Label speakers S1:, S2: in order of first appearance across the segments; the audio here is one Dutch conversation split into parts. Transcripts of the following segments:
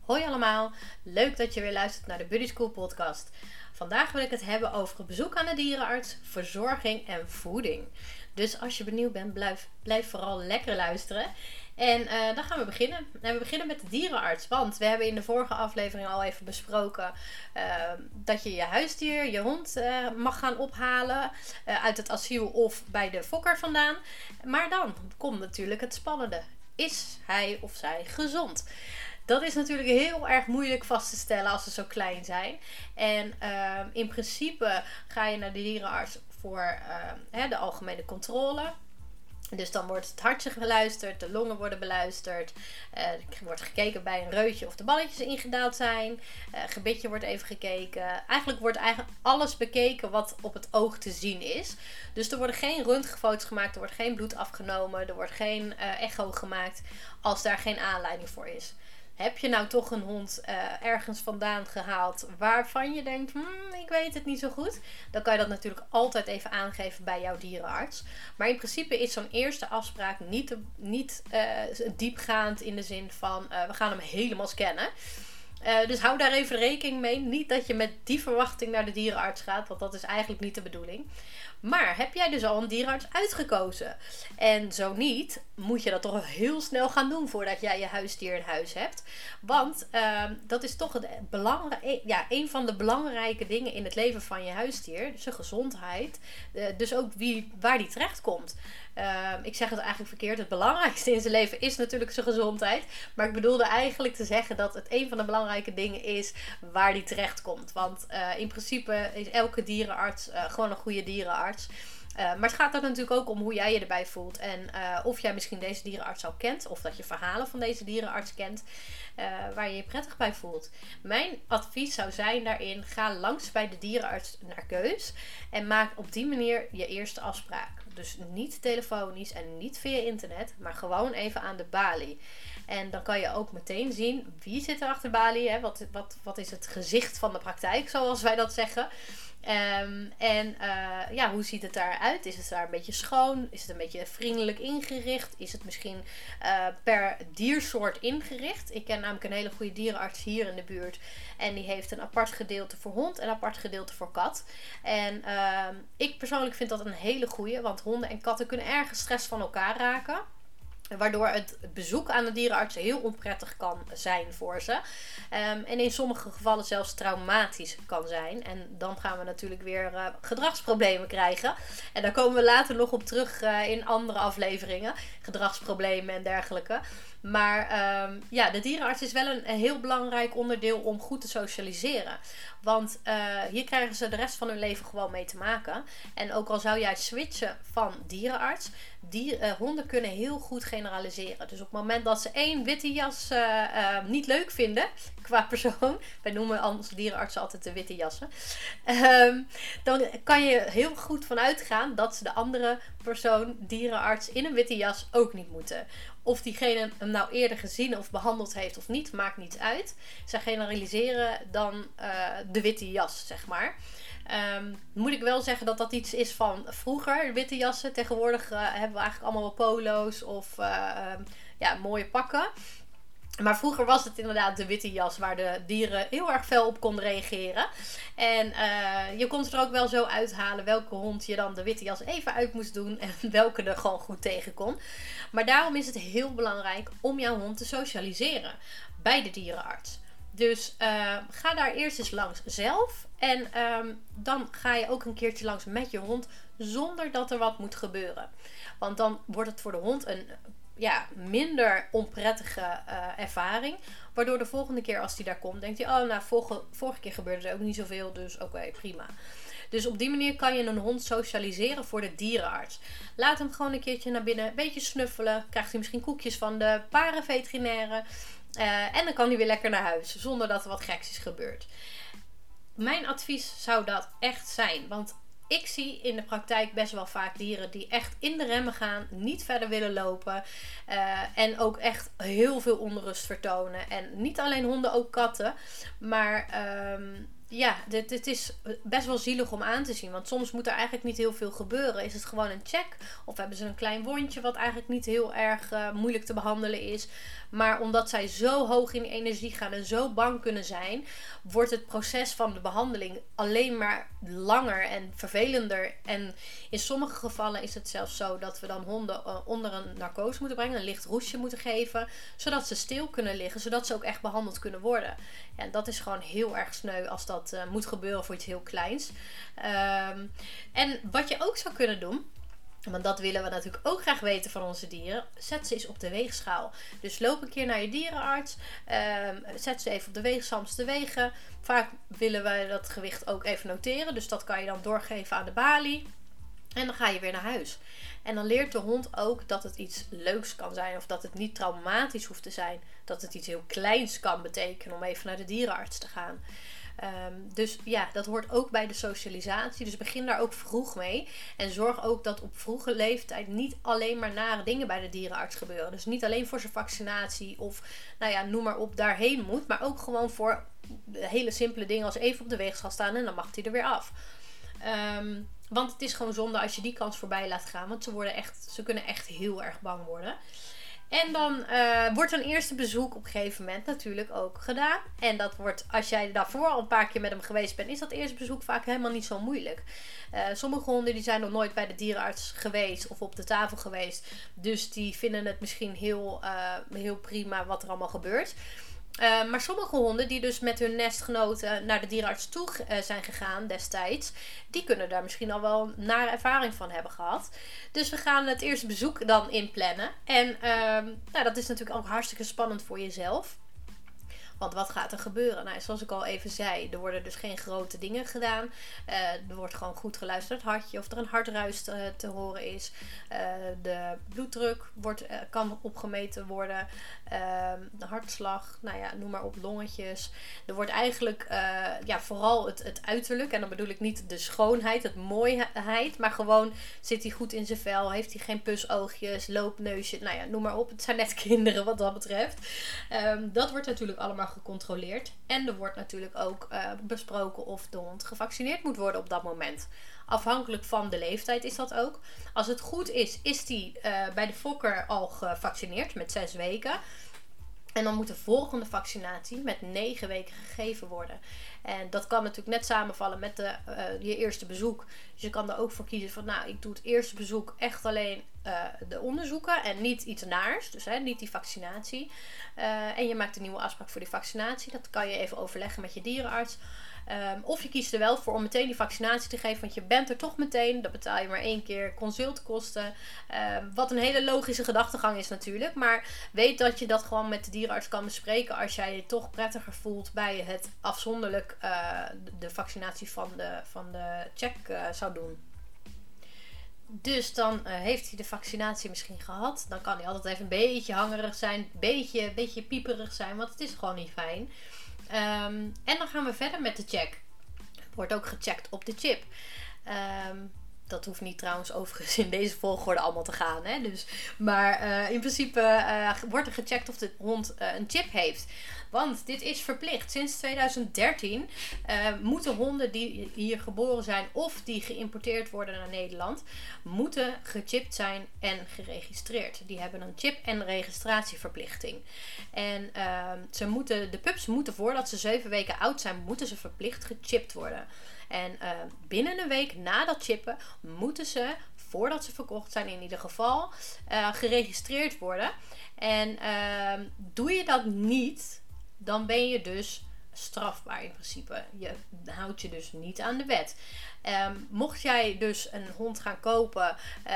S1: Hoi allemaal, leuk dat je weer luistert naar de Buddy School podcast. Vandaag wil ik het hebben over het bezoek aan de dierenarts, verzorging en voeding. Dus als je benieuwd bent, blijf vooral lekker luisteren. En dan gaan we beginnen. En we beginnen met de dierenarts. Want we hebben in de vorige aflevering al even besproken dat je je huisdier, je hond mag gaan ophalen uit het asiel of bij de fokker vandaan. Maar dan komt natuurlijk het spannende. Is hij of zij gezond? Dat is natuurlijk heel erg moeilijk vast te stellen als ze zo klein zijn. En in principe ga je naar de dierenarts voor de algemene controle. Dus dan wordt het hartje geluisterd, de longen worden beluisterd. Er wordt gekeken bij een reutje of de balletjes ingedaald zijn. Gebitje wordt even gekeken. Eigenlijk wordt alles bekeken wat op het oog te zien is. Dus er worden geen röntgenfoto's gemaakt, er wordt geen bloed afgenomen, er wordt geen echo gemaakt als daar geen aanleiding voor is. Heb je nou toch een hond ergens vandaan gehaald waarvan je denkt, ik weet het niet zo goed. Dan kan je dat natuurlijk altijd even aangeven bij jouw dierenarts. Maar in principe is zo'n eerste afspraak niet diepgaand in de zin van we gaan hem helemaal scannen. Dus hou daar even rekening mee. Niet dat je met die verwachting naar de dierenarts gaat, want dat is eigenlijk niet de bedoeling. Maar heb jij dus al een dierenarts uitgekozen? En zo niet, moet je dat toch heel snel gaan doen voordat jij je huisdier in huis hebt. Want dat is toch een van de belangrijke dingen in het leven van je huisdier. Zijn gezondheid. Dus ook waar die terecht komt. Ik zeg het eigenlijk verkeerd. Het belangrijkste in zijn leven is natuurlijk zijn gezondheid. Maar ik bedoelde eigenlijk te zeggen dat het een van de belangrijke dingen is waar die terecht komt. Want in principe is elke dierenarts gewoon een goede dierenarts. Maar het gaat er natuurlijk ook om hoe jij je erbij voelt. En of jij misschien deze dierenarts al kent. Of dat je verhalen van deze dierenarts kent. Waar je je prettig bij voelt. Mijn advies zou zijn daarin. Ga langs bij de dierenarts naar keus. En maak op die manier je eerste afspraak. Dus niet telefonisch en niet via internet. Maar gewoon even aan de balie. En dan kan je ook meteen zien wie zit er achter de balie. Hè? Wat is het gezicht van de praktijk, zoals wij dat zeggen. Hoe ziet het daaruit? Is het daar een beetje schoon? Is het een beetje vriendelijk ingericht? Is het misschien per diersoort ingericht? Ik ken namelijk een hele goede dierenarts hier in de buurt. En die heeft een apart gedeelte voor hond en een apart gedeelte voor kat. En ik persoonlijk vind dat een hele goeie. Want honden en katten kunnen erg gestrest van elkaar raken. Waardoor het bezoek aan de dierenarts heel onprettig kan zijn voor ze. En in sommige gevallen zelfs traumatisch kan zijn. En dan gaan we natuurlijk weer gedragsproblemen krijgen. En daar komen we later nog op terug in andere afleveringen. Gedragsproblemen en dergelijke. Maar de dierenarts is wel een heel belangrijk onderdeel om goed te socialiseren. Want hier krijgen ze de rest van hun leven gewoon mee te maken. En ook al zou jij switchen van dierenarts, honden kunnen heel goed generaliseren. Dus op het moment dat ze één witte jas niet leuk vinden qua persoon, wij noemen onze dierenartsen altijd de witte jassen, dan kan je heel goed van uitgaan dat ze de andere persoon, dierenarts, in een witte jas ook niet moeten. Of diegene hem nou eerder gezien of behandeld heeft of niet, maakt niet uit. Zij generaliseren dan de witte jas, zeg maar. Moet ik wel zeggen dat dat iets is van vroeger, witte jassen. Tegenwoordig hebben we eigenlijk allemaal wel polo's of mooie pakken. Maar vroeger was het inderdaad de witte jas waar de dieren heel erg fel op konden reageren. En je kon het er ook wel zo uithalen welke hond je dan de witte jas even uit moest doen. En welke er gewoon goed tegen kon. Maar daarom is het heel belangrijk om jouw hond te socialiseren bij de dierenarts. Dus ga daar eerst eens langs zelf. En dan ga je ook een keertje langs met je hond zonder dat er wat moet gebeuren. Want dan wordt het voor de hond een minder onprettige ervaring. Waardoor de volgende keer als hij daar komt, denkt hij, vorige keer gebeurde er ook niet zoveel, dus oké, prima. Dus op die manier kan je een hond socialiseren voor de dierenarts. Laat hem gewoon een keertje naar binnen, een beetje snuffelen. Krijgt hij misschien koekjes van de parenveterinaire. En dan kan hij weer lekker naar huis, zonder dat er wat geks is gebeurd. Mijn advies zou dat echt zijn, want ik zie in de praktijk best wel vaak dieren die echt in de remmen gaan, niet verder willen lopen. En ook echt heel veel onrust vertonen. En niet alleen honden, ook katten. Maar dit is best wel zielig om aan te zien. Want soms moet er eigenlijk niet heel veel gebeuren. Is het gewoon een check? Of hebben ze een klein wondje wat eigenlijk niet heel erg moeilijk te behandelen is. Maar omdat zij zo hoog in energie gaan en zo bang kunnen zijn, wordt het proces van de behandeling alleen maar langer en vervelender. En in sommige gevallen is het zelfs zo dat we dan honden onder een narcose moeten brengen. Een licht roesje moeten geven. Zodat ze stil kunnen liggen. Zodat ze ook echt behandeld kunnen worden. Ja, en dat is gewoon heel erg sneu als dat moet gebeuren voor iets heel kleins. En wat je ook zou kunnen doen, want dat willen we natuurlijk ook graag weten van onze dieren, zet ze eens op de weegschaal. Dus loop een keer naar je dierenarts. Zet ze even op de weegschaal om ze te wegen. Vaak willen we dat gewicht ook even noteren. Dus dat kan je dan doorgeven aan de balie. En dan ga je weer naar huis. En dan leert de hond ook dat het iets leuks kan zijn. Of dat het niet traumatisch hoeft te zijn. Dat het iets heel kleins kan betekenen om even naar de dierenarts te gaan. Dus ja, dat hoort ook bij de socialisatie. Dus begin daar ook vroeg mee. En zorg ook dat op vroege leeftijd niet alleen maar nare dingen bij de dierenarts gebeuren. Dus niet alleen voor zijn vaccinatie of noem maar op, daarheen moet. Maar ook gewoon voor hele simpele dingen als even op de weegschaal staan en dan mag hij er weer af. Want het is gewoon zonde als je die kans voorbij laat gaan. Want ze kunnen echt heel erg bang worden. En dan wordt een eerste bezoek op een gegeven moment natuurlijk ook gedaan. En dat wordt, als jij daarvoor al een paar keer met hem geweest bent, is dat eerste bezoek vaak helemaal niet zo moeilijk. Sommige honden die zijn nog nooit bij de dierenarts geweest of op de tafel geweest. Dus die vinden het misschien heel prima wat er allemaal gebeurt. Maar sommige honden die dus met hun nestgenoten naar de dierenarts toe zijn gegaan destijds, die kunnen daar misschien al wel nare ervaring van hebben gehad. Dus we gaan het eerste bezoek dan inplannen. En dat is natuurlijk ook hartstikke spannend voor jezelf. Want wat gaat er gebeuren? Nou, zoals ik al even zei, er worden dus geen grote dingen gedaan. Er wordt gewoon goed geluisterd naar het hartje, of er een hartruis te horen is. De bloeddruk kan opgemeten worden. De hartslag, noem maar op, longetjes. Er wordt eigenlijk vooral het uiterlijk. En dan bedoel ik niet de schoonheid, het mooiheid. Maar gewoon, zit hij goed in zijn vel? Heeft hij geen pusoogjes, loopneusje? Noem maar op. Het zijn net kinderen wat dat betreft. Dat wordt natuurlijk allemaal gecontroleerd. En er wordt natuurlijk ook besproken of de hond gevaccineerd moet worden op dat moment. Afhankelijk van de leeftijd is dat ook. Als het goed is die bij de fokker al gevaccineerd met 6 weken. En dan moet de volgende vaccinatie met 9 weken gegeven worden. En dat kan natuurlijk net samenvallen met je eerste bezoek. Dus je kan er ook voor kiezen van, ik doe het eerste bezoek echt alleen de onderzoeken en niet iets naars. Dus niet die vaccinatie. En je maakt een nieuwe afspraak voor die vaccinatie. Dat kan je even overleggen met je dierenarts. Of je kiest er wel voor om meteen die vaccinatie te geven. Want je bent er toch meteen. Dan betaal je maar 1 keer consultkosten. Wat een hele logische gedachtegang is natuurlijk. Maar weet dat je dat gewoon met de dierenarts kan bespreken. Als jij je toch prettiger voelt bij het afzonderlijk de vaccinatie van de check zou doen. Dus dan heeft hij de vaccinatie misschien gehad. Dan kan hij altijd even een beetje hangerig zijn. Een beetje pieperig zijn. Want het is gewoon niet fijn. En dan gaan we verder met de check. Wordt ook gecheckt op de chip. Dat hoeft niet trouwens overigens in deze volgorde allemaal te gaan. Hè? Maar in principe wordt er gecheckt of de hond een chip heeft. Want dit is verplicht. Sinds 2013 moeten honden die hier geboren zijn of die geïmporteerd worden naar Nederland, moeten gechipt zijn en geregistreerd. Die hebben een chip- en registratieverplichting. En de pups moeten voordat ze 7 weken oud zijn, moeten ze verplicht gechipt worden. En binnen een week na dat chippen moeten ze, voordat ze verkocht zijn in ieder geval, geregistreerd worden. En doe je dat niet, dan ben je dus strafbaar in principe. Je houdt je dus niet aan de wet. Mocht jij dus een hond gaan kopen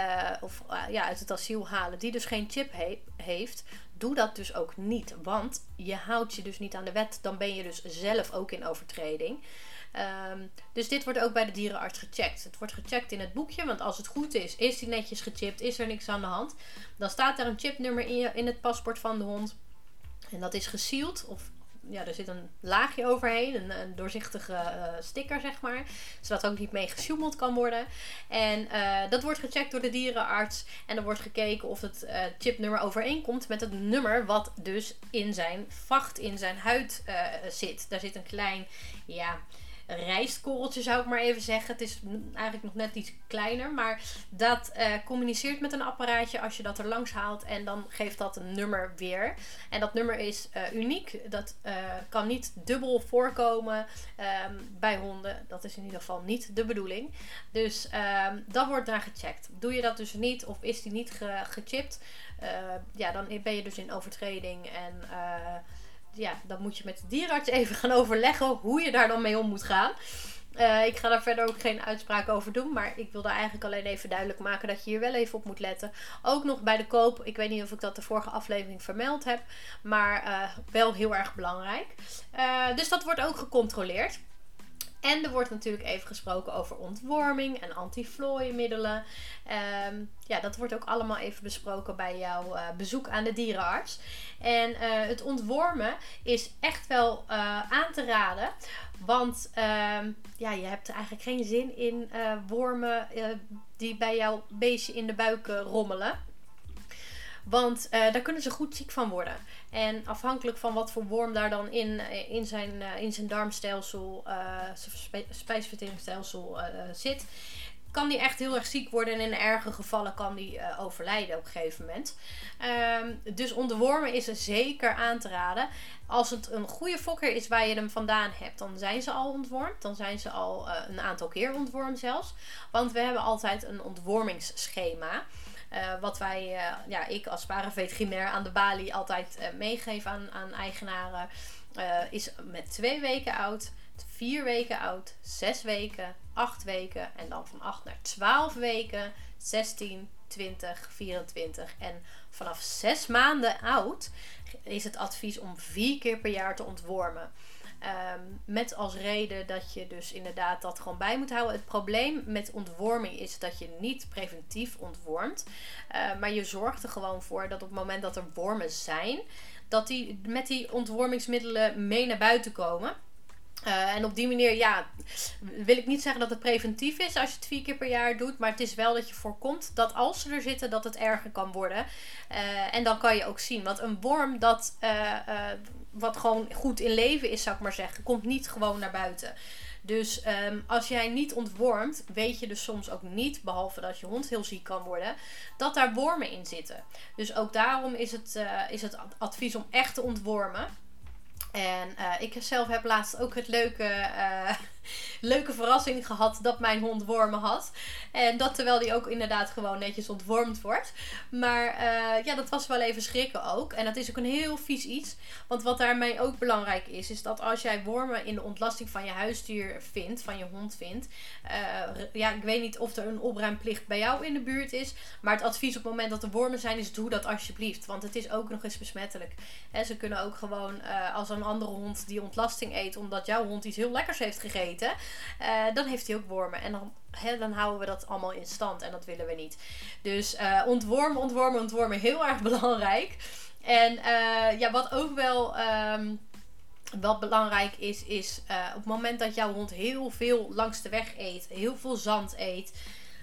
S1: uit het asiel halen die dus geen chip heeft, doe dat dus ook niet. Want je houdt je dus niet aan de wet. Dan ben je dus zelf ook in overtreding. Dus dit wordt ook bij de dierenarts gecheckt. Het wordt gecheckt in het boekje, want als het goed is die netjes gechipt, is er niks aan de hand. Dan staat er een chipnummer in het paspoort van de hond. En dat is gesealed, of er zit een laagje overheen, een doorzichtige sticker zeg maar, zodat ook niet mee gesjoemeld kan worden. En dat wordt gecheckt door de dierenarts en er wordt gekeken of het chipnummer overeenkomt met het nummer wat dus in zijn vacht, in zijn huid zit. Daar zit een klein rijstkorreltje, zou ik maar even zeggen. Het is eigenlijk nog net iets kleiner. Maar dat communiceert met een apparaatje als je dat er langs haalt. En dan geeft dat een nummer weer. En dat nummer is uniek. Dat kan niet dubbel voorkomen bij honden. Dat is in ieder geval niet de bedoeling. Dus dat wordt naar gecheckt. Doe je dat dus niet of is die niet gechipt... dan ben je dus in overtreding. En dan moet je met de dierenarts even gaan overleggen hoe je daar dan mee om moet gaan. Ik ga daar verder ook geen uitspraak over doen. Maar ik wilde eigenlijk alleen even duidelijk maken dat je hier wel even op moet letten. Ook nog bij de koop. Ik weet niet of ik dat de vorige aflevering vermeld heb. Maar wel heel erg belangrijk. Dus dat wordt ook gecontroleerd. En er wordt natuurlijk even gesproken over ontworming en antiflooienmiddelen. Dat wordt ook allemaal even besproken bij jouw bezoek aan de dierenarts. En het ontwormen is echt wel aan te raden. Want je hebt eigenlijk geen zin in wormen die bij jouw beestje in de buik rommelen. Want daar kunnen ze goed ziek van worden. En afhankelijk van wat voor worm daar dan in zijn darmstelsel, zijn spijsverteringsstelsel zit, kan die echt heel erg ziek worden. En in erge gevallen kan die overlijden op een gegeven moment. Dus ontwormen is er zeker aan te raden. Als het een goede fokker is waar je hem vandaan hebt, dan zijn ze al ontwormd. Dan zijn ze al een aantal keer ontwormd zelfs. Want we hebben altijd een ontwormingsschema. Wat ik als paraveterinair aan de balie altijd meegeef aan eigenaren. Is met 2 weken oud, 4 weken oud, 6 weken, 8 weken. En dan van 8 naar 12 weken, 16, 20, 24. En vanaf 6 maanden oud is het advies om 4 keer per jaar te ontwormen. Met als reden dat je dus inderdaad dat gewoon bij moet houden. Het probleem met ontworming is dat je niet preventief ontwormt. Maar je zorgt er gewoon voor dat op het moment dat er wormen zijn, dat die met die ontwormingsmiddelen mee naar buiten komen. En op die manier, wil ik niet zeggen dat het preventief is als je het 4 keer per jaar doet. Maar het is wel dat je voorkomt dat als ze er zitten, dat het erger kan worden. En dan kan je ook zien. Want een worm wat gewoon goed in leven is, zou ik maar zeggen, komt niet gewoon naar buiten. Dus als jij niet ontwormt, weet je dus soms ook niet, behalve dat je hond heel ziek kan worden, dat daar wormen in zitten. Dus ook daarom is het advies om echt te ontwormen. En ik zelf heb laatst ook het leuke verrassing gehad dat mijn hond wormen had. En dat terwijl die ook inderdaad gewoon netjes ontwormd wordt. Maar dat was wel even schrikken ook. En dat is ook een heel vies iets. Want wat daarmee ook belangrijk is dat als jij wormen in de ontlasting van je huisdier vindt, van je hond vindt. Ik weet niet of er een opruimplicht bij jou in de buurt is. Maar het advies op het moment dat er wormen zijn is, doe dat alsjeblieft. Want het is ook nog eens besmettelijk. Ze kunnen ook gewoon als een andere hond die ontlasting eet, omdat jouw hond iets heel lekkers heeft gegeten, dan heeft hij ook wormen. En dan houden we dat allemaal in stand. En dat willen we niet. Dus ontwormen. Heel erg belangrijk. En wat ook wel wat belangrijk is op het moment dat jouw hond heel veel langs de weg eet, heel veel zand eet,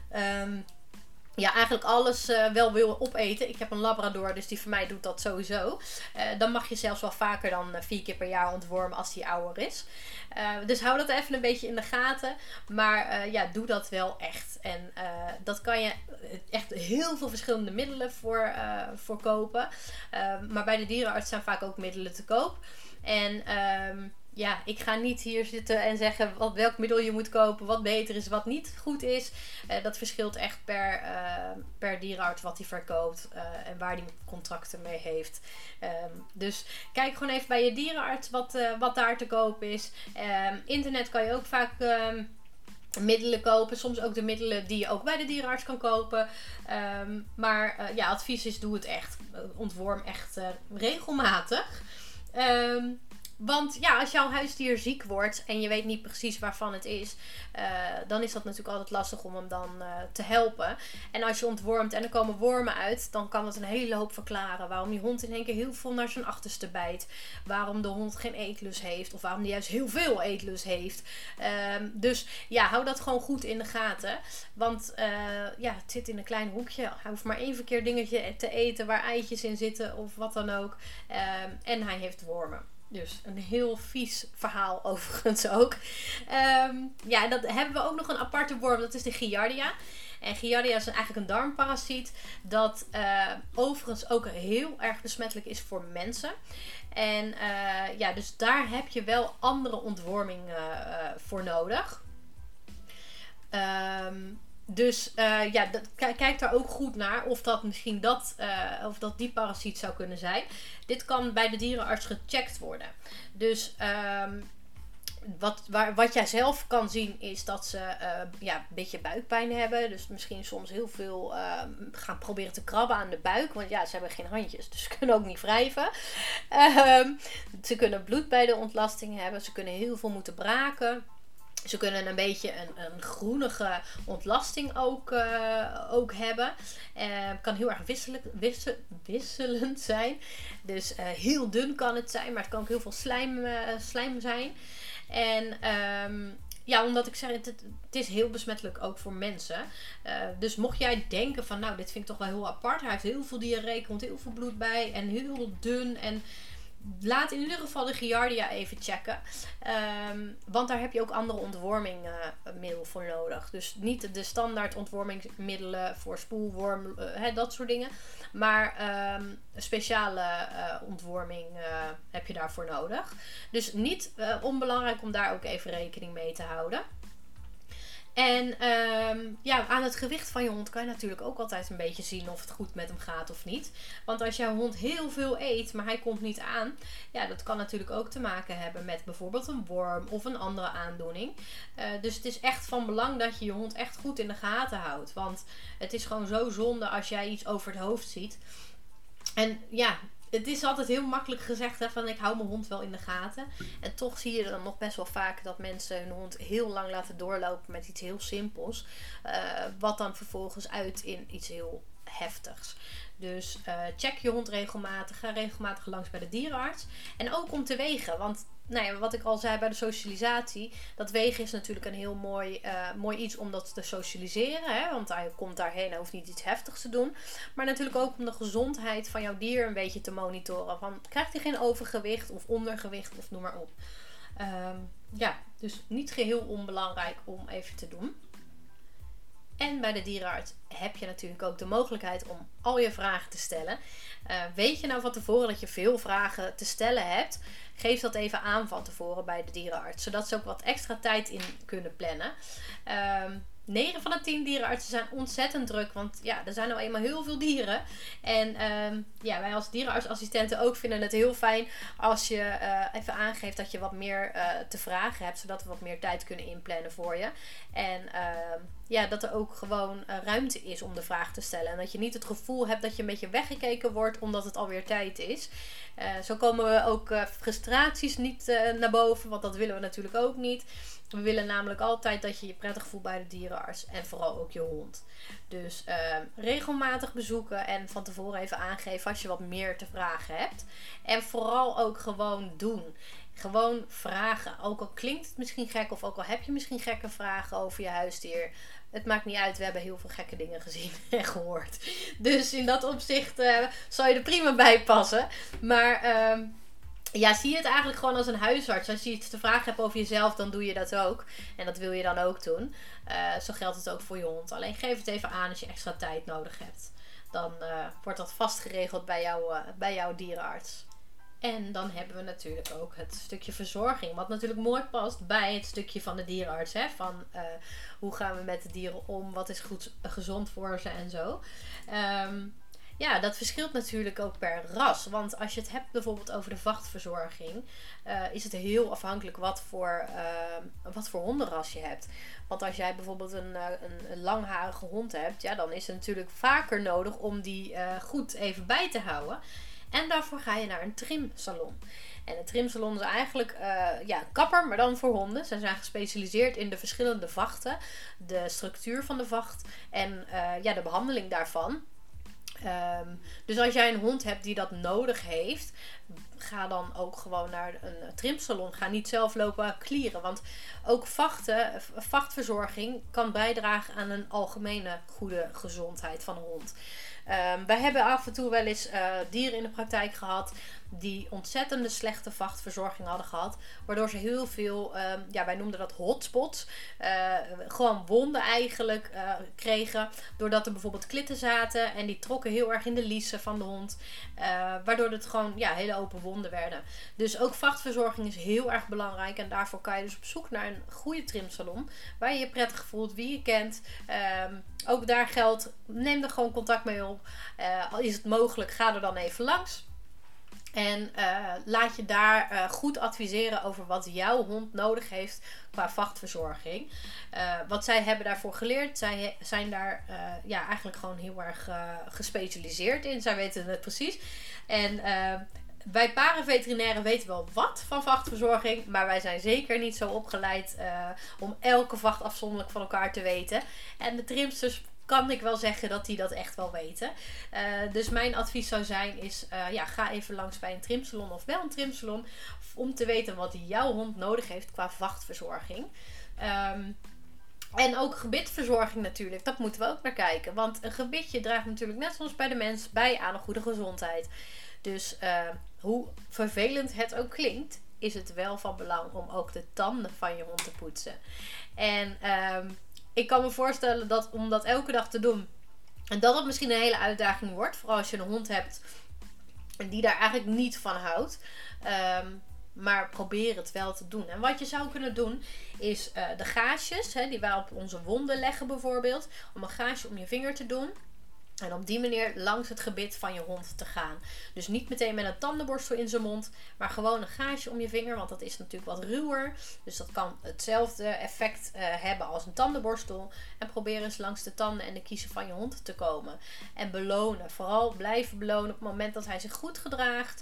S1: eigenlijk alles wel wil opeten. Ik heb een labrador, dus die voor mij doet dat sowieso. Dan mag je zelfs wel vaker dan 4 keer per jaar ontwormen als die ouder is. Dus hou dat even een beetje in de gaten. Maar doe dat wel echt. En dat kan je echt heel veel verschillende middelen voor kopen. Maar bij de dierenarts zijn vaak ook middelen te koop. En ik ga niet hier zitten en zeggen welk middel je moet kopen, wat beter is, wat niet goed is. Dat verschilt echt per dierenarts wat hij verkoopt en waar hij contracten mee heeft. Dus kijk gewoon even bij je dierenarts wat daar te koop is. Internet kan je ook vaak middelen kopen. Soms ook de middelen die je ook bij de dierenarts kan kopen. Advies is doe het echt. Ontworm echt regelmatig. Want als jouw huisdier ziek wordt en je weet niet precies waarvan het is, dan is dat natuurlijk altijd lastig om hem dan te helpen. En als je ontwormt en er komen wormen uit, dan kan dat een hele hoop verklaren. Waarom je hond in één keer heel veel naar zijn achterste bijt. Waarom de hond geen eetlust heeft. Of waarom die juist heel veel eetlust heeft. Dus hou dat gewoon goed in de gaten. Want het zit in een klein hoekje. Hij hoeft maar 1 verkeerd dingetje te eten waar eitjes in zitten of wat dan ook. En hij heeft wormen. Dus een heel vies verhaal overigens ook. Ja, dat hebben we ook nog een aparte worm. Dat is de Giardia. En Giardia is eigenlijk een darmparasiet. Dat overigens ook heel erg besmettelijk is voor mensen. En ja, dus daar heb je wel andere ontworming voor nodig. Dus ja, kijk daar ook goed naar of dat misschien of dat die parasiet zou kunnen zijn. Dit kan bij de dierenarts gecheckt worden. Dus wat jij zelf kan zien is dat ze ja, een beetje buikpijn hebben. Dus misschien soms heel veel gaan proberen te krabben aan de buik. Want ja, ze hebben geen handjes, dus ze kunnen ook niet wrijven. Ze kunnen bloed bij de ontlasting hebben. Ze kunnen heel veel moeten braken. Ze kunnen een beetje een groenige ontlasting ook hebben. Kan heel erg wisselend zijn. Dus heel dun kan het zijn, maar het kan ook heel veel slijm zijn. En ja, omdat ik zeg, het is heel besmettelijk ook voor mensen. Dus mocht jij denken van, nou, dit vind ik toch wel heel apart. Hij heeft heel veel diarree, komt heel veel bloed bij en heel dun en... Laat in ieder geval de Giardia even checken. Want daar heb je ook andere ontwormingmiddelen voor nodig. Dus niet de standaard ontwormingsmiddelen voor spoelworm, dat soort dingen. Maar speciale ontworming heb je daarvoor nodig. Dus niet onbelangrijk om daar ook even rekening mee te houden. En ja, aan het gewicht van je hond kan je natuurlijk ook altijd een beetje zien of het goed met hem gaat of niet. Want als jouw hond heel veel eet, maar hij komt niet aan, ja, dat kan natuurlijk ook te maken hebben met bijvoorbeeld een worm of een andere aandoening. Dus het is echt van belang dat je je hond echt goed in de gaten houdt. Want het is gewoon zo zonde als jij iets over het hoofd ziet. En ja... Het is altijd heel makkelijk gezegd van ik hou mijn hond wel in de gaten. En toch zie je dan nog best wel vaak dat mensen hun hond heel lang laten doorlopen met iets heel simpels. Wat dan vervolgens uit in iets heel heftigs. Dus check je hond regelmatig. Ga regelmatig langs bij de dierenarts. En ook om te wegen. Want nou ja, wat ik al zei bij de socialisatie. Dat wegen is natuurlijk een heel mooi iets om dat te socialiseren. Hè? Want hij komt daarheen en hoeft niet iets heftigs te doen. Maar natuurlijk ook om de gezondheid van jouw dier een beetje te monitoren. Van, krijgt hij geen overgewicht of ondergewicht of noem maar op. Ja, dus niet geheel onbelangrijk om even te doen. En bij de dierenarts heb je natuurlijk ook de mogelijkheid om al je vragen te stellen. Weet je nou van tevoren dat je veel vragen te stellen hebt? Geef dat even aan van tevoren bij de dierenarts. Zodat ze ook wat extra tijd in kunnen plannen. 9 van de 10 dierenartsen zijn ontzettend druk. Want ja, er zijn nou eenmaal heel veel dieren. En ja, wij als dierenartsassistenten ook vinden het heel fijn als je even aangeeft dat je wat meer te vragen hebt. Zodat we wat meer tijd kunnen inplannen voor je. En ja, dat er ook gewoon ruimte is om de vraag te stellen. En dat je niet het gevoel hebt dat je een beetje weggekeken wordt omdat het alweer tijd is. Zo komen we ook frustraties niet naar boven. Want dat willen we natuurlijk ook niet. We willen namelijk altijd dat je je prettig voelt bij de dierenarts. En vooral ook je hond. Dus regelmatig bezoeken. En van tevoren even aangeven als je wat meer te vragen hebt. En vooral ook gewoon doen. Gewoon vragen. Ook al klinkt het misschien gek. Of ook al heb je misschien gekke vragen over je huisdier. Het maakt niet uit. We hebben heel veel gekke dingen gezien en gehoord. Dus in dat opzicht zal je er prima bij passen. Maar... ja, zie je het eigenlijk gewoon als een huisarts. Als je iets te vragen hebt over jezelf, dan doe je dat ook. En dat wil je dan ook doen. Zo geldt het ook voor je hond. Alleen geef het even aan als je extra tijd nodig hebt. Dan wordt dat vast geregeld bij jouw dierenarts. En dan hebben we natuurlijk ook het stukje verzorging. Wat natuurlijk mooi past bij het stukje van de dierenarts. Hè? Van hoe gaan we met de dieren om? Wat is goed, gezond voor ze en zo. Ja, dat verschilt natuurlijk ook per ras. Want als je het hebt bijvoorbeeld over de vachtverzorging, is het heel afhankelijk wat voor hondenras je hebt. Want als jij bijvoorbeeld een langharige hond hebt, ja, dan is het natuurlijk vaker nodig om die goed even bij te houden. En daarvoor ga je naar een trimsalon. En een trimsalon is eigenlijk een kapper, maar dan voor honden. Ze zijn gespecialiseerd in de verschillende vachten, de structuur van de vacht en de behandeling daarvan. Dus als jij een hond hebt die dat nodig heeft, ga dan ook gewoon naar een trimsalon. Ga niet zelf lopen klieren. Want ook vachtverzorging kan bijdragen aan een algemene goede gezondheid van een hond. Wij hebben af en toe wel eens dieren in de praktijk gehad die ontzettende slechte vachtverzorging hadden gehad. Waardoor ze heel veel, wij noemden dat hotspots. Gewoon wonden eigenlijk kregen. Doordat er bijvoorbeeld klitten zaten. En die trokken heel erg in de liezen van de hond. Waardoor het gewoon hele open wonden werden. Dus ook vachtverzorging is heel erg belangrijk. En daarvoor kan je dus op zoek naar een goede trimsalon. Waar je je prettig voelt, wie je kent. Ook daar geldt, neem er gewoon contact mee op. Is het mogelijk, ga er dan even langs. En laat je daar goed adviseren over wat jouw hond nodig heeft qua vachtverzorging. Wat zij hebben daarvoor geleerd. Zij zijn daar eigenlijk gewoon heel erg gespecialiseerd in. Zij weten het precies. En wij parenveterinairen weten wel wat van vachtverzorging. Maar wij zijn zeker niet zo opgeleid om elke vacht afzonderlijk van elkaar te weten. En de trimsters kan ik wel zeggen dat die dat echt wel weten. Dus mijn advies zou zijn is, ga even langs bij een trimsalon of wel een trimsalon. Om te weten wat jouw hond nodig heeft qua vachtverzorging. En ook gebitverzorging natuurlijk. Dat moeten we ook naar kijken. Want een gebitje draagt natuurlijk net zoals bij de mens bij aan een goede gezondheid. Dus hoe vervelend het ook klinkt, is het wel van belang om ook de tanden van je hond te poetsen. En ik kan me voorstellen dat om dat elke dag te doen, en dat het misschien een hele uitdaging wordt. Vooral als je een hond hebt die daar eigenlijk niet van houdt. Maar probeer het wel te doen. En wat je zou kunnen doen is de gaasjes, die wij op onze wonden leggen bijvoorbeeld. Om een gaasje om je vinger te doen. En op die manier langs het gebit van je hond te gaan. Dus niet meteen met een tandenborstel in zijn mond. Maar gewoon een gaasje om je vinger. Want dat is natuurlijk wat ruwer. Dus dat kan hetzelfde effect hebben als een tandenborstel. En probeer eens langs de tanden en de kiezen van je hond te komen. En belonen. Vooral blijven belonen op het moment dat hij zich goed gedraagt.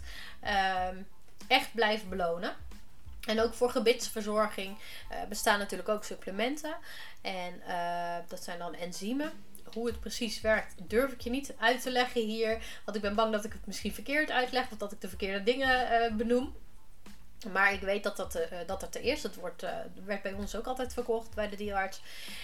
S1: Echt blijven belonen. En ook voor gebitsverzorging bestaan natuurlijk ook supplementen. En dat zijn dan enzymen. Hoe het precies werkt, durf ik je niet uit te leggen hier. Want ik ben bang dat ik het misschien verkeerd uitleg. Of dat ik de verkeerde dingen benoem. Maar ik weet dat het er is. Het werd bij ons ook altijd verkocht bij de dierenarts.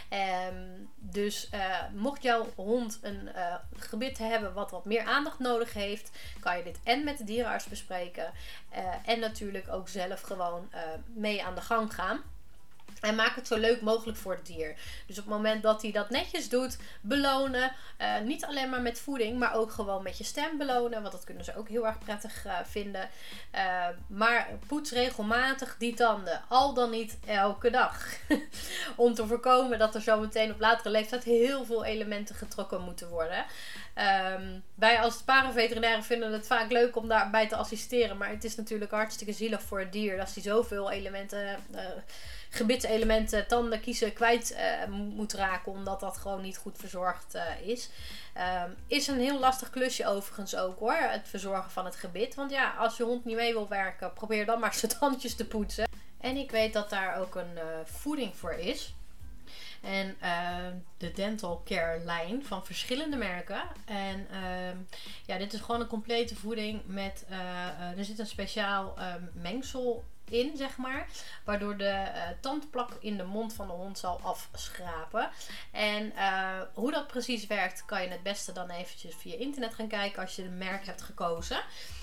S1: Dus mocht jouw hond een gebit hebben wat meer aandacht nodig heeft, kan je dit en met de dierenarts bespreken. En natuurlijk ook zelf gewoon mee aan de gang gaan. En maak het zo leuk mogelijk voor het dier. Dus op het moment dat hij dat netjes doet, belonen. Niet alleen maar met voeding, maar ook gewoon met je stem belonen. Want dat kunnen ze ook heel erg prettig vinden. Maar poets regelmatig die tanden. Al dan niet elke dag. Om te voorkomen dat er zo meteen op latere leeftijd heel veel elementen getrokken moeten worden. Wij als parenveterinairen vinden het vaak leuk om daarbij te assisteren. Maar het is natuurlijk hartstikke zielig voor het dier. Als hij zoveel elementen, gebitselementen, tanden, kiezen kwijt moet raken. Omdat dat gewoon niet goed verzorgd is. Is een heel lastig klusje overigens ook hoor. Het verzorgen van het gebit. Want ja, als je hond niet mee wil werken, probeer dan maar zijn tandjes te poetsen. En ik weet dat daar ook een voeding voor is. En de Dental Care lijn van verschillende merken. En dit is gewoon een complete voeding met... er zit een speciaal mengsel in, zeg maar. Waardoor de tandplak in de mond van de hond zal afschrapen. En hoe dat precies werkt, kan je het beste dan eventjes via internet gaan kijken als je een merk hebt gekozen.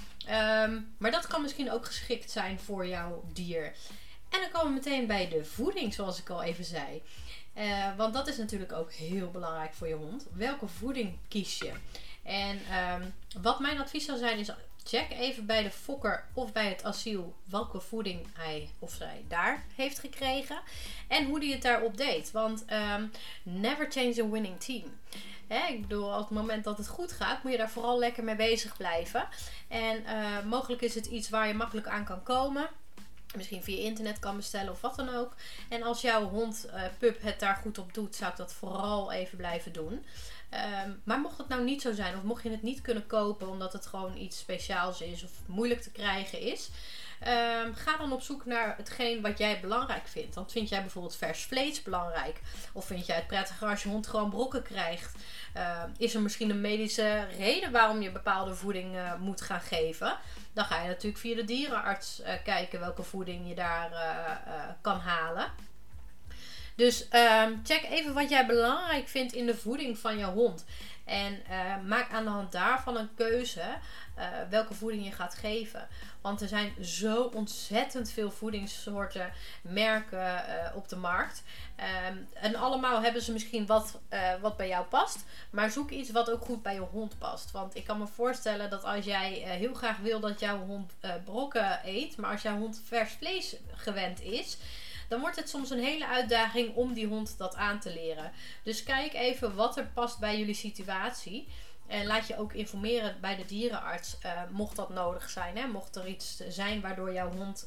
S1: Maar dat kan misschien ook geschikt zijn voor jouw dier. En dan komen we meteen bij de voeding, zoals ik al even zei. Want dat is natuurlijk ook heel belangrijk voor je hond. Welke voeding kies je? En wat mijn advies zou zijn is... check even bij de fokker of bij het asiel welke voeding hij of zij daar heeft gekregen. En hoe die het daarop deed. Want never change a winning team. Ik bedoel, op het moment dat het goed gaat, moet je daar vooral lekker mee bezig blijven. En mogelijk is het iets waar je makkelijk aan kan komen. Misschien via internet kan bestellen of wat dan ook. En als jouw hond, pup, het daar goed op doet, zou ik dat vooral even blijven doen. Maar mocht het nou niet zo zijn, of mocht je het niet kunnen kopen omdat het gewoon iets speciaals is of moeilijk te krijgen is, Ga dan op zoek naar hetgeen wat jij belangrijk vindt. Want vind jij bijvoorbeeld vers vlees belangrijk? Of vind jij het prettiger als je hond gewoon brokken krijgt? Is er misschien een medische reden waarom je bepaalde voeding moet gaan geven? Dan ga je natuurlijk via de dierenarts kijken welke voeding je daar kan halen. Dus check even wat jij belangrijk vindt in de voeding van je hond. En maak aan de hand daarvan een keuze welke voeding je gaat geven. Want er zijn zo ontzettend veel voedingssoorten, merken op de markt. En allemaal hebben ze misschien wat bij jou past. Maar zoek iets wat ook goed bij je hond past. Want ik kan me voorstellen dat als jij heel graag wil dat jouw hond brokken eet. Maar als jouw hond vers vlees gewend is, dan wordt het soms een hele uitdaging om die hond dat aan te leren. Dus kijk even wat er past bij jullie situatie. En laat je ook informeren bij de dierenarts, mocht dat nodig zijn. Hè? Mocht er iets zijn waardoor jouw hond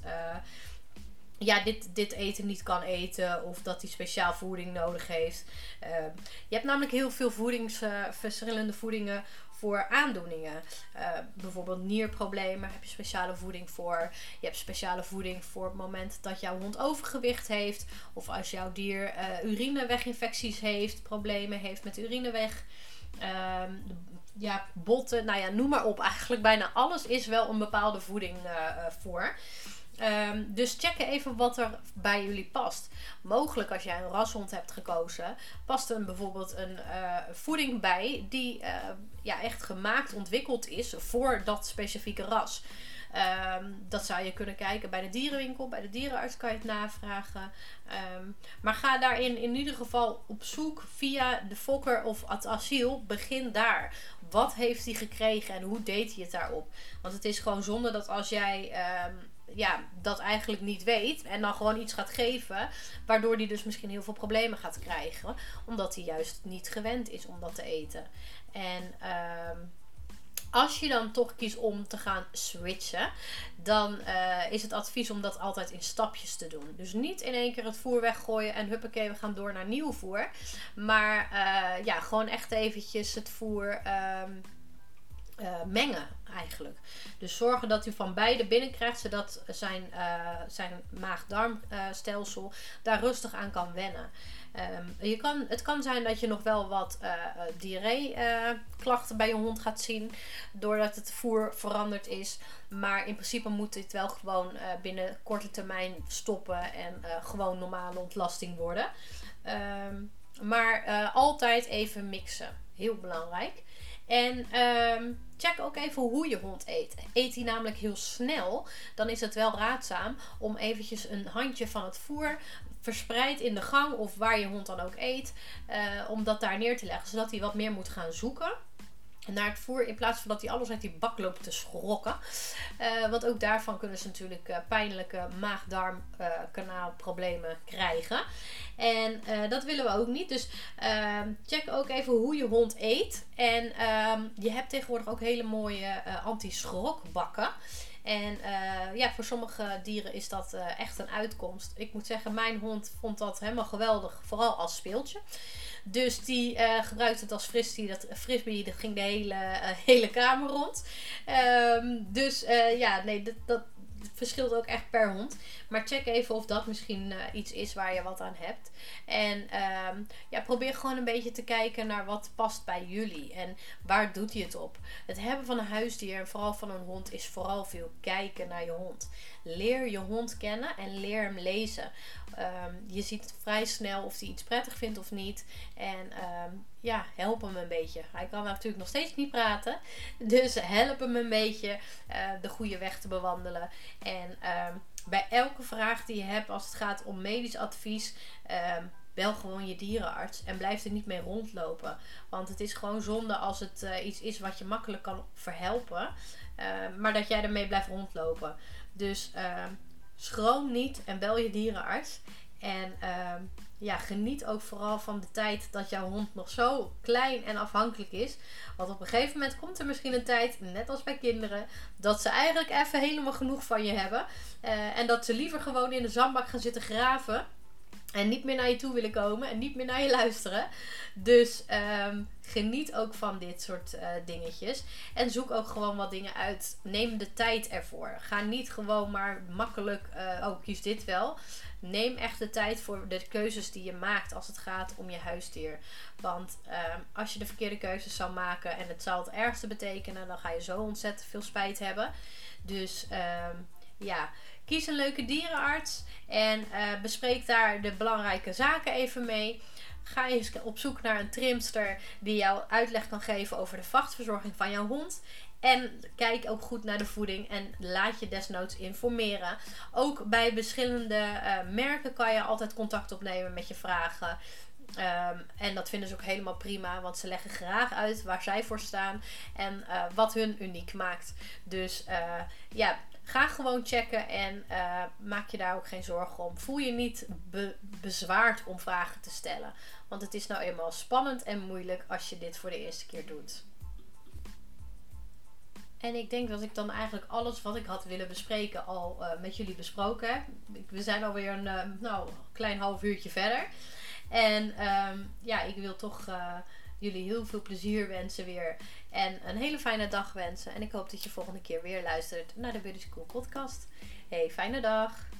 S1: dit eten niet kan eten. Of dat hij speciaal voeding nodig heeft. Je hebt namelijk heel veel verschillende voedingen voor aandoeningen. Bijvoorbeeld nierproblemen heb je speciale voeding voor. Je hebt speciale voeding voor het moment dat jouw hond overgewicht heeft. Of als jouw dier urineweginfecties heeft. Problemen heeft met de urineweg. Botten. Nou ja, noem maar op. Eigenlijk bijna alles is wel een bepaalde voeding voor. Dus check even wat er bij jullie past. Mogelijk als jij een rashond hebt gekozen, past er bijvoorbeeld een voeding bij die echt ontwikkeld is voor dat specifieke ras. Dat zou je kunnen kijken bij de dierenwinkel, bij de dierenarts kan je het navragen. Maar ga daarin in ieder geval op zoek via de fokker of het asiel. Begin daar. Wat heeft hij gekregen en hoe deed hij het daarop? Want het is gewoon zonde dat als jij dat eigenlijk niet weet en dan gewoon iets gaat geven, waardoor hij dus misschien heel veel problemen gaat krijgen, omdat hij juist niet gewend is om dat te eten. En als je dan toch kiest om te gaan switchen, dan is het advies om dat altijd in stapjes te doen. Dus niet in één keer het voer weggooien en huppakee, we gaan door naar nieuw voer. Maar gewoon echt eventjes het voer mengen eigenlijk. Dus zorgen dat u van beide binnenkrijgt, zodat zijn maag-darmstelsel daar rustig aan kan wennen. Het kan zijn dat je nog wel wat diarree-klachten bij je hond gaat zien, doordat het voer veranderd is. Maar in principe moet dit wel gewoon binnen korte termijn stoppen en gewoon normale ontlasting worden. Maar altijd even mixen. Heel belangrijk. En check ook even hoe je hond eet. Eet hij namelijk heel snel, dan is het wel raadzaam om eventjes een handje van het voer verspreid in de gang of waar je hond dan ook eet, om dat daar neer te leggen, zodat hij wat meer moet gaan zoeken naar het voer, in plaats van dat hij alles uit die bak loopt te schrokken. Want ook daarvan kunnen ze natuurlijk pijnlijke maag-darm-kanaalproblemen krijgen. En dat willen we ook niet. Dus check ook even hoe je hond eet. En je hebt tegenwoordig ook hele mooie anti-schrokbakken. En voor sommige dieren is dat echt een uitkomst. Ik moet zeggen, mijn hond vond dat helemaal geweldig, vooral als speeltje. Dus die gebruikte het als frisbee. Dat ging de hele kamer rond. Dat verschilt ook echt per hond. Maar check even of dat misschien iets is waar je wat aan hebt. En probeer gewoon een beetje te kijken naar wat past bij jullie. En waar doet hij het op? Het hebben van een huisdier en vooral van een hond is vooral veel kijken naar je hond. Leer je hond kennen en leer hem lezen. Je ziet vrij snel of hij iets prettig vindt of niet. En help hem een beetje. Hij kan natuurlijk nog steeds niet praten. Dus help hem een beetje de goede weg te bewandelen. En bij elke vraag die je hebt als het gaat om medisch advies, bel gewoon je dierenarts en blijf er niet mee rondlopen. Want het is gewoon zonde als het iets is wat je makkelijk kan verhelpen. Maar dat jij ermee blijft rondlopen. Dus schroom niet en bel je dierenarts. En geniet ook vooral van de tijd dat jouw hond nog zo klein en afhankelijk is. Want op een gegeven moment komt er misschien een tijd, net als bij kinderen, dat ze eigenlijk even helemaal genoeg van je hebben. En dat ze liever gewoon in de zandbak gaan zitten graven En niet meer naar je toe willen komen en niet meer naar je luisteren. Dus geniet ook van dit soort dingetjes. En zoek ook gewoon wat dingen uit. Neem de tijd ervoor. Ga niet gewoon maar makkelijk, kies dit wel. Neem echt de tijd voor de keuzes die je maakt als het gaat om je huisdier. Want als je de verkeerde keuzes zou maken en het zou het ergste betekenen, dan ga je zo ontzettend veel spijt hebben. Dus kies een leuke dierenarts en bespreek daar de belangrijke zaken even mee. Ga eens op zoek naar een trimster die jou uitleg kan geven over de vachtverzorging van jouw hond. En kijk ook goed naar de voeding en laat je desnoods informeren. Ook bij verschillende merken kan je altijd contact opnemen met je vragen. En dat vinden ze ook helemaal prima, want ze leggen graag uit waar zij voor staan en wat hun uniek maakt. Dus ga gewoon checken en maak je daar ook geen zorgen om. Voel je niet bezwaard om vragen te stellen. Want het is nou eenmaal spannend en moeilijk als je dit voor de eerste keer doet. En ik denk dat ik dan eigenlijk alles wat ik had willen bespreken al met jullie besproken heb. We zijn alweer een klein half uurtje verder. En ik wil toch jullie heel veel plezier wensen weer. En een hele fijne dag wensen. En ik hoop dat je volgende keer weer luistert naar de Buddy School podcast. Hey, fijne dag!